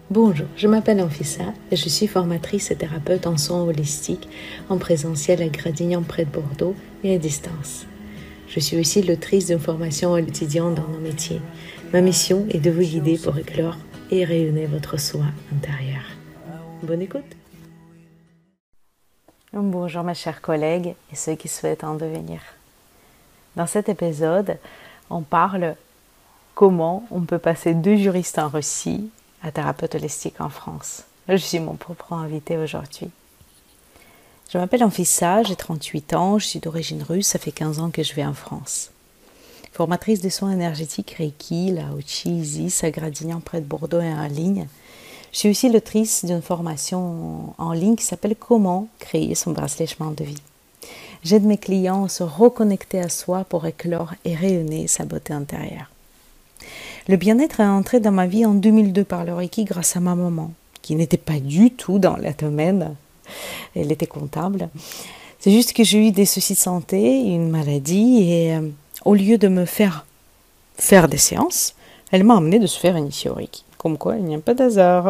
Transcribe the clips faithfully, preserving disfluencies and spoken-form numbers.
Bonjour, je m'appelle Anfissa et je suis formatrice et thérapeute en soins holistiques en présentiel à Gradignan près de Bordeaux et à distance. Je suis aussi l'autrice d'une formation à l'étudiant dans nos métiers. Ma mission est de vous guider pour éclore et rayonner votre soi intérieur. Bonne écoute. Bonjour mes chers collègues et ceux qui souhaitent en devenir. Dans cet épisode, on parle comment on peut passer de juriste en Russie à thérapeute holistique en France. Je suis mon propre invité aujourd'hui. Je m'appelle Anfissa, j'ai trente-huit ans, je suis d'origine russe, ça fait quinze ans que je vis en France. Formatrice de soins énergétiques Reiki, Lao Chi, Isis, à Gradignan près de Bordeaux et en ligne. Je suis aussi l'autrice d'une formation en ligne qui s'appelle « Comment créer son bracelet chemin de vie ». J'aide mes clients à se reconnecter à soi pour éclore et rayonner sa beauté intérieure. Le bien-être est entré dans ma vie en deux mille deux par le Reiki grâce à ma maman, qui n'était pas du tout dans le domaine. Elle était comptable. C'est juste que j'ai eu des soucis de santé, une maladie, et euh, au lieu de me faire faire des séances, elle m'a amené de se faire initier au Reiki. Comme quoi, il n'y a pas d'hasard.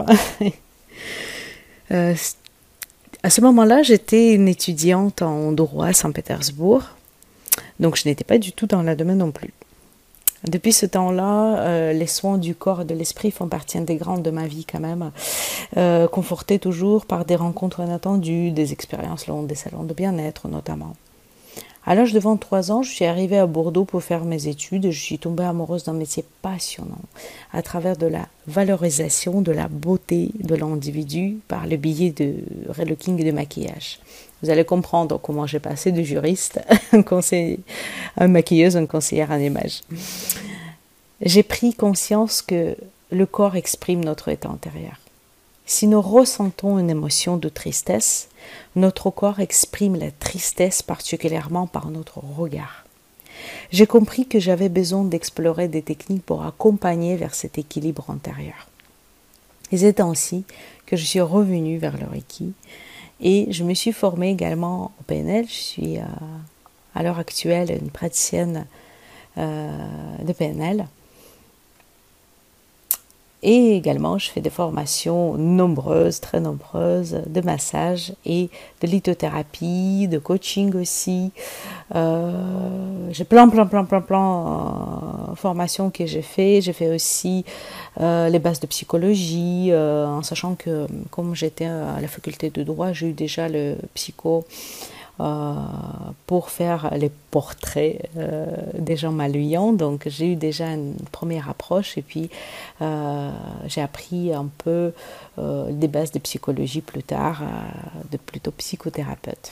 euh, à ce moment-là, j'étais une étudiante en droit à Saint-Pétersbourg, donc je n'étais pas du tout dans le domaine non plus. Depuis ce temps-là, euh, les soins du corps et de l'esprit font partie intégrante de ma vie quand même, euh, confortée toujours par des rencontres inattendues, des expériences longues, des salons de bien-être notamment. À l'âge de vingt-trois ans, je suis arrivée à Bordeaux pour faire mes études et je suis tombée amoureuse d'un métier passionnant à travers de la valorisation de la beauté de l'individu par le biais de relooking et de maquillage. Vous allez comprendre comment j'ai passé de juriste à conseiller, une maquilleuse, une conseillère en image. J'ai pris conscience que le corps exprime notre état intérieur. Si nous ressentons une émotion de tristesse, notre corps exprime la tristesse particulièrement par notre regard. J'ai compris que j'avais besoin d'explorer des techniques pour accompagner vers cet équilibre intérieur. Et c'est ainsi que je suis revenue vers le Reiki et je me suis formée également au P N L. Je suis euh, à l'heure actuelle une praticienne euh, de P N L. Et également, je fais des formations nombreuses, très nombreuses, de massage et de lithothérapie, de coaching aussi. Euh, j'ai plein, plein, plein, plein, plein de euh, formations que j'ai fait. J'ai fait aussi euh, les bases de psychologie, euh, en sachant que comme j'étais à la faculté de droit, j'ai eu déjà le psycho Euh, pour faire les portraits euh, des gens malveillants. Donc j'ai eu déjà une première approche et puis euh, j'ai appris un peu euh, des bases de psychologie plus tard, euh, de plutôt psychothérapeute.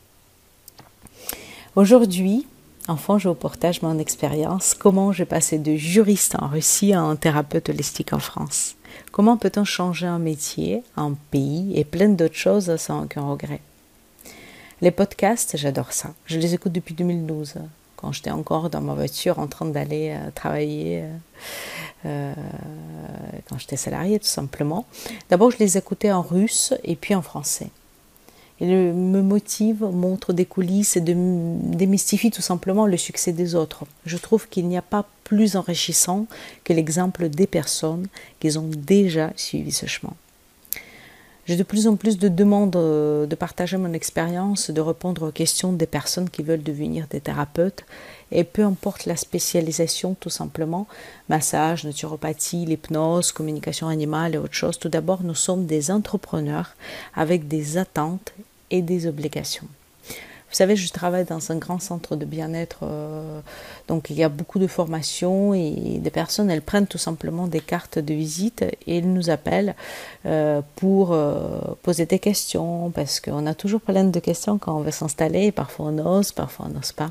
Aujourd'hui, enfin, je vous partage mon expérience, comment j'ai passé de juriste en Russie à un thérapeute holistique en France. Comment peut-on changer un métier, un pays et plein d'autres choses sans aucun regret. Les podcasts, j'adore ça. Je les écoute depuis deux mille douze, quand j'étais encore dans ma voiture en train d'aller euh, travailler, euh, quand j'étais salariée tout simplement. D'abord, je les écoutais en russe et puis en français. Ils me motivent, montrent des coulisses et de, démystifient tout simplement le succès des autres. Je trouve qu'il n'y a pas plus enrichissant que l'exemple des personnes qui ont déjà suivi ce chemin. J'ai de plus en plus de demandes de partager mon expérience, de répondre aux questions des personnes qui veulent devenir des thérapeutes. Et peu importe la spécialisation, tout simplement, massage, naturopathie, l'hypnose, communication animale et autre chose. Tout d'abord, nous sommes des entrepreneurs avec des attentes et des obligations. Vous savez, je travaille dans un grand centre de bien-être, euh, donc il y a beaucoup de formations et des personnes, elles prennent tout simplement des cartes de visite et elles nous appellent euh, pour euh, poser des questions, parce qu'on a toujours plein de questions quand on veut s'installer, parfois on ose, parfois on n'ose pas.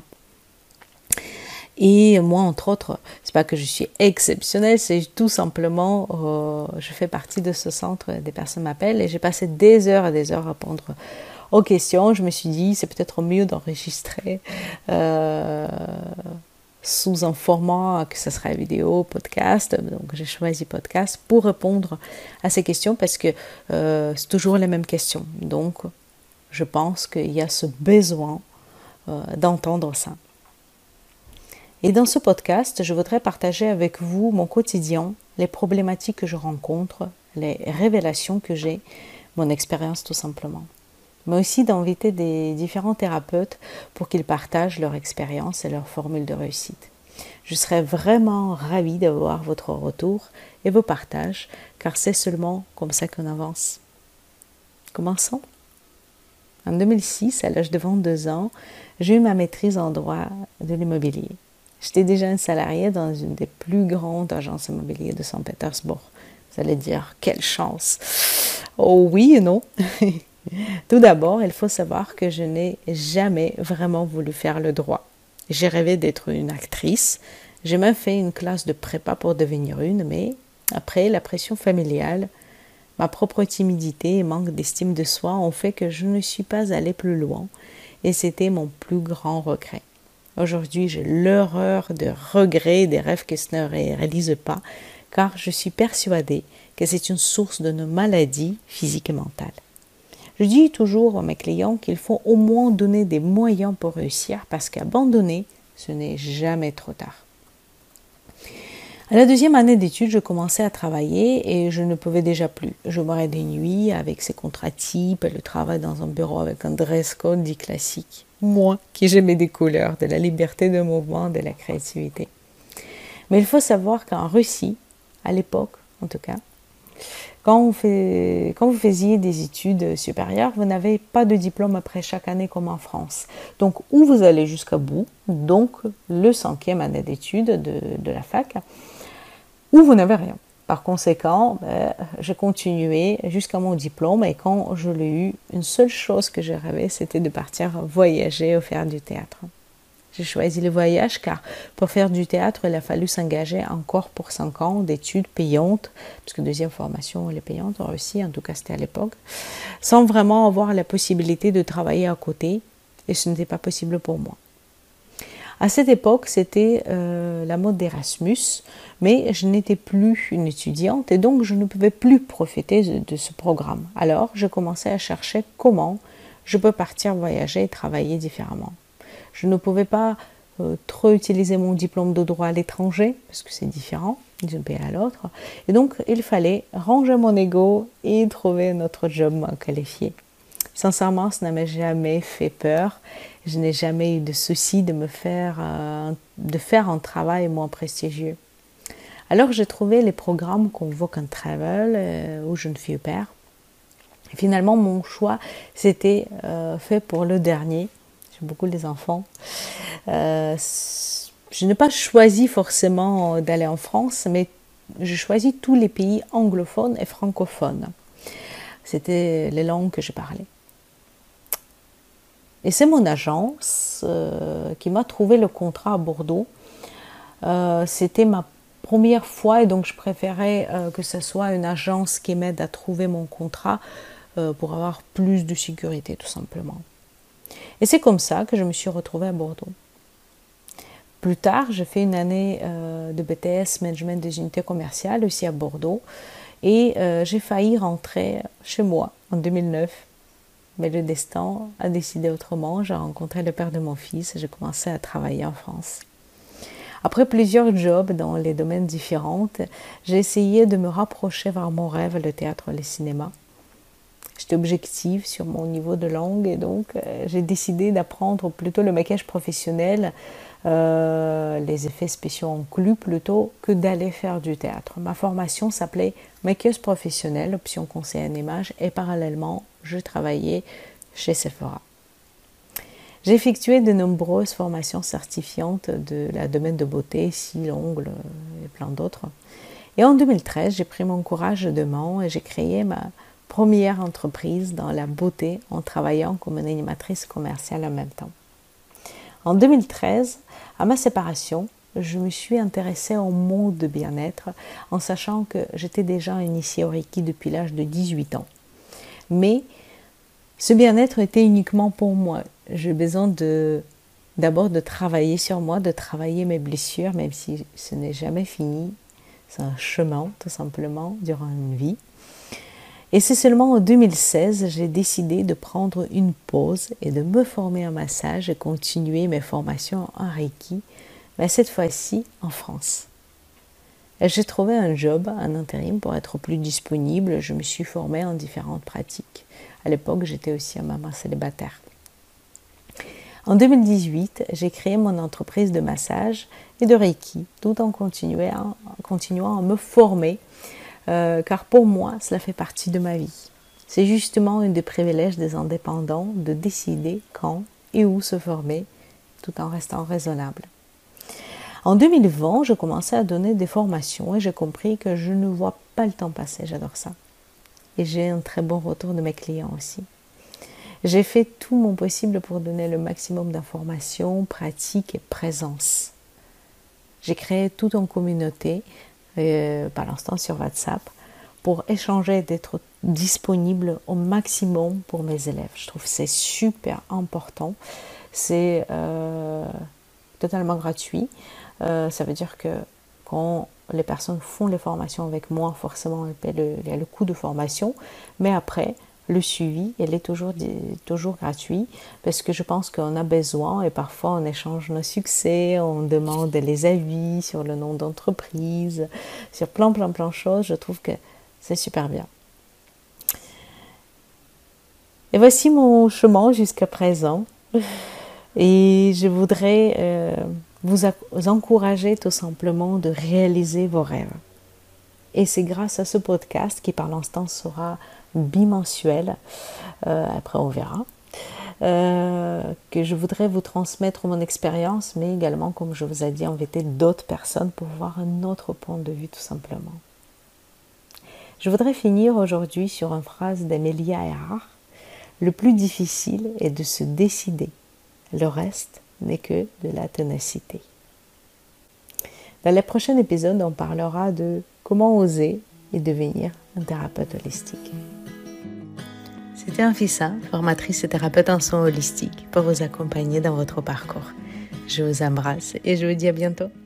Et moi, entre autres, c'est pas que je suis exceptionnelle, c'est tout simplement, euh, je fais partie de ce centre, des personnes m'appellent et j'ai passé des heures et des heures à répondre aux questions. Je me suis dit, c'est peut-être mieux d'enregistrer euh, sous un format que ce sera vidéo, podcast. Donc j'ai choisi podcast pour répondre à ces questions parce que euh, c'est toujours les mêmes questions. Donc je pense qu'il y a ce besoin euh, d'entendre ça. Et dans ce podcast, je voudrais partager avec vous mon quotidien, les problématiques que je rencontre, les révélations que j'ai, mon expérience tout simplement. Mais aussi d'inviter des différents thérapeutes pour qu'ils partagent leur expérience et leurs formules de réussite. Je serais vraiment ravie d'avoir votre retour et vos partages, car c'est seulement comme ça qu'on avance. Commençons. En deux mille six, à l'âge de vingt-deux ans, j'ai eu ma maîtrise en droit de l'immobilier. J'étais déjà un salarié dans une des plus grandes agences immobilières de Saint-Pétersbourg. Vous allez dire, quelle chance! Oh oui et non. Tout d'abord, il faut savoir que je n'ai jamais vraiment voulu faire le droit. J'ai rêvé d'être une actrice. J'ai même fait une classe de prépa pour devenir une, mais après, la pression familiale, ma propre timidité et manque d'estime de soi ont fait que je ne suis pas allée plus loin et c'était mon plus grand regret. Aujourd'hui, j'ai l'horreur de regrets des rêves qui se ne réalisent pas car je suis persuadée que c'est une source de nos maladies physiques et mentales. Je dis toujours à mes clients qu'il faut au moins donner des moyens pour réussir parce qu'abandonner, ce n'est jamais trop tard. À la deuxième année d'études, je commençais à travailler et je ne pouvais déjà plus. Je mourais des nuits avec ces contrats types et le travail dans un bureau avec un dress code dit classique. Moi, qui j'aimais des couleurs, de la liberté de mouvement, de la créativité. Mais il faut savoir qu'en Russie, à l'époque en tout cas, quand vous, fait, quand vous faisiez des études supérieures, vous n'avez pas de diplôme après chaque année comme en France. Donc, où vous allez jusqu'à bout, donc le cinquième année d'études de, de la fac, où vous n'avez rien. Par conséquent, ben, j'ai continué jusqu'à mon diplôme et quand je l'ai eu, une seule chose que j'ai rêvé, c'était de partir voyager ou faire du théâtre. J'ai choisi le voyage car pour faire du théâtre, il a fallu s'engager encore pour cinq ans d'études payantes, parce que deuxième formation, elle est payante en Russie, en tout cas c'était à l'époque, sans vraiment avoir la possibilité de travailler à côté, et ce n'était pas possible pour moi. À cette époque, c'était euh, la mode d'Erasmus, mais je n'étais plus une étudiante et donc je ne pouvais plus profiter de, de ce programme. Alors, je commençais à chercher comment je peux partir voyager et travailler différemment. Je ne pouvais pas euh, trop utiliser mon diplôme de droit à l'étranger, parce que c'est différent d'un pays à l'autre. Et donc, il fallait ranger mon ego et trouver un autre job moins qualifié. Sincèrement, ça ne m'a jamais fait peur. Je n'ai jamais eu de souci de me faire, euh, de faire un travail moins prestigieux. Alors, j'ai trouvé les programmes comme Work and Travel, euh, où je ne suis au pair. Et finalement, mon choix, c'était euh, fait pour le dernier. J'aime beaucoup les enfants. Euh, je n'ai pas choisi forcément d'aller en France, mais j'ai choisi tous les pays anglophones et francophones. C'était les langues que je parlais. Et c'est mon agence euh, qui m'a trouvé le contrat à Bordeaux. Euh, c'était ma première fois et donc je préférais euh, que ce soit une agence qui m'aide à trouver mon contrat euh, pour avoir plus de sécurité tout simplement. Et c'est comme ça que je me suis retrouvée à Bordeaux. Plus tard, j'ai fait une année euh, de B T S Management des unités commerciales aussi à Bordeaux et euh, j'ai failli rentrer chez moi en deux mille neuf. Mais le destin a décidé autrement. J'ai rencontré le père de mon fils et j'ai commencé à travailler en France. Après plusieurs jobs dans les domaines différents, j'ai essayé de me rapprocher vers mon rêve, le théâtre et le cinéma. J'étais objective sur mon niveau de langue et donc euh, j'ai décidé d'apprendre plutôt le maquillage professionnel, euh, les effets spéciaux inclus plutôt que d'aller faire du théâtre. Ma formation s'appelait maquilleuse professionnelle, option conseil en image et parallèlement je travaillais chez Sephora. J'ai effectué de nombreuses formations certifiantes de la domaine de beauté, cils, ongles et plein d'autres. Et en deux mille treize, j'ai pris mon courage à deux mains et j'ai créé ma première entreprise dans la beauté en travaillant comme une animatrice commerciale en même temps. En deux mille treize, à ma séparation, je me suis intéressée au monde de bien-être en sachant que j'étais déjà initiée au Reiki depuis l'âge de dix-huit ans. Mais ce bien-être était uniquement pour moi. J'ai besoin de, d'abord de travailler sur moi, de travailler mes blessures, même si ce n'est jamais fini. C'est un chemin, tout simplement, durant une vie. Et c'est seulement en deux mille seize, j'ai décidé de prendre une pause et de me former en massage et continuer mes formations en Reiki, mais cette fois-ci en France. Et j'ai trouvé un job, un intérim pour être plus disponible. Je me suis formée en différentes pratiques. À l'époque, j'étais aussi une maman célibataire. En deux mille dix-huit, j'ai créé mon entreprise de massage et de Reiki, tout en continuant, continuant à me former, euh, car pour moi, cela fait partie de ma vie. C'est justement un des privilèges des indépendants de décider quand et où se former, tout en restant raisonnable. En deux mille vingt, je commençais à donner des formations et j'ai compris que je ne vois pas le temps passer, j'adore ça. Et j'ai un très bon retour de mes clients aussi. J'ai fait tout mon possible pour donner le maximum d'informations, pratiques et présence. J'ai créé toute une communauté, euh, par l'instant sur WhatsApp, pour échanger et d'être disponible au maximum pour mes élèves. Je trouve que c'est super important. C'est euh, totalement gratuit. Euh, ça veut dire que quand les personnes font les formations avec moi, forcément, il y a le coût de formation, mais après, le suivi, il est toujours, toujours gratuit parce que je pense qu'on a besoin et parfois on échange nos succès, on demande les avis sur le nom d'entreprise, sur plein, plein, plein de choses. Je trouve que c'est super bien. Et voici mon chemin jusqu'à présent. Et je voudrais euh, vous encourager tout simplement de réaliser vos rêves. Et c'est grâce à ce podcast qui par l'instant sera bimensuel, euh, après on verra, euh, que je voudrais vous transmettre mon expérience, mais également, comme je vous ai dit, inviter d'autres personnes pour voir un autre point de vue tout simplement. Je voudrais finir aujourd'hui sur une phrase d'Amelia Earhart. Le plus difficile est de se décider. Le reste n'est que de la ténacité. Dans le prochain épisode, on parlera de comment oser et devenir un thérapeute holistique. C'était Anfissa, formatrice et thérapeute en soins holistiques, pour vous accompagner dans votre parcours. Je vous embrasse et je vous dis à bientôt.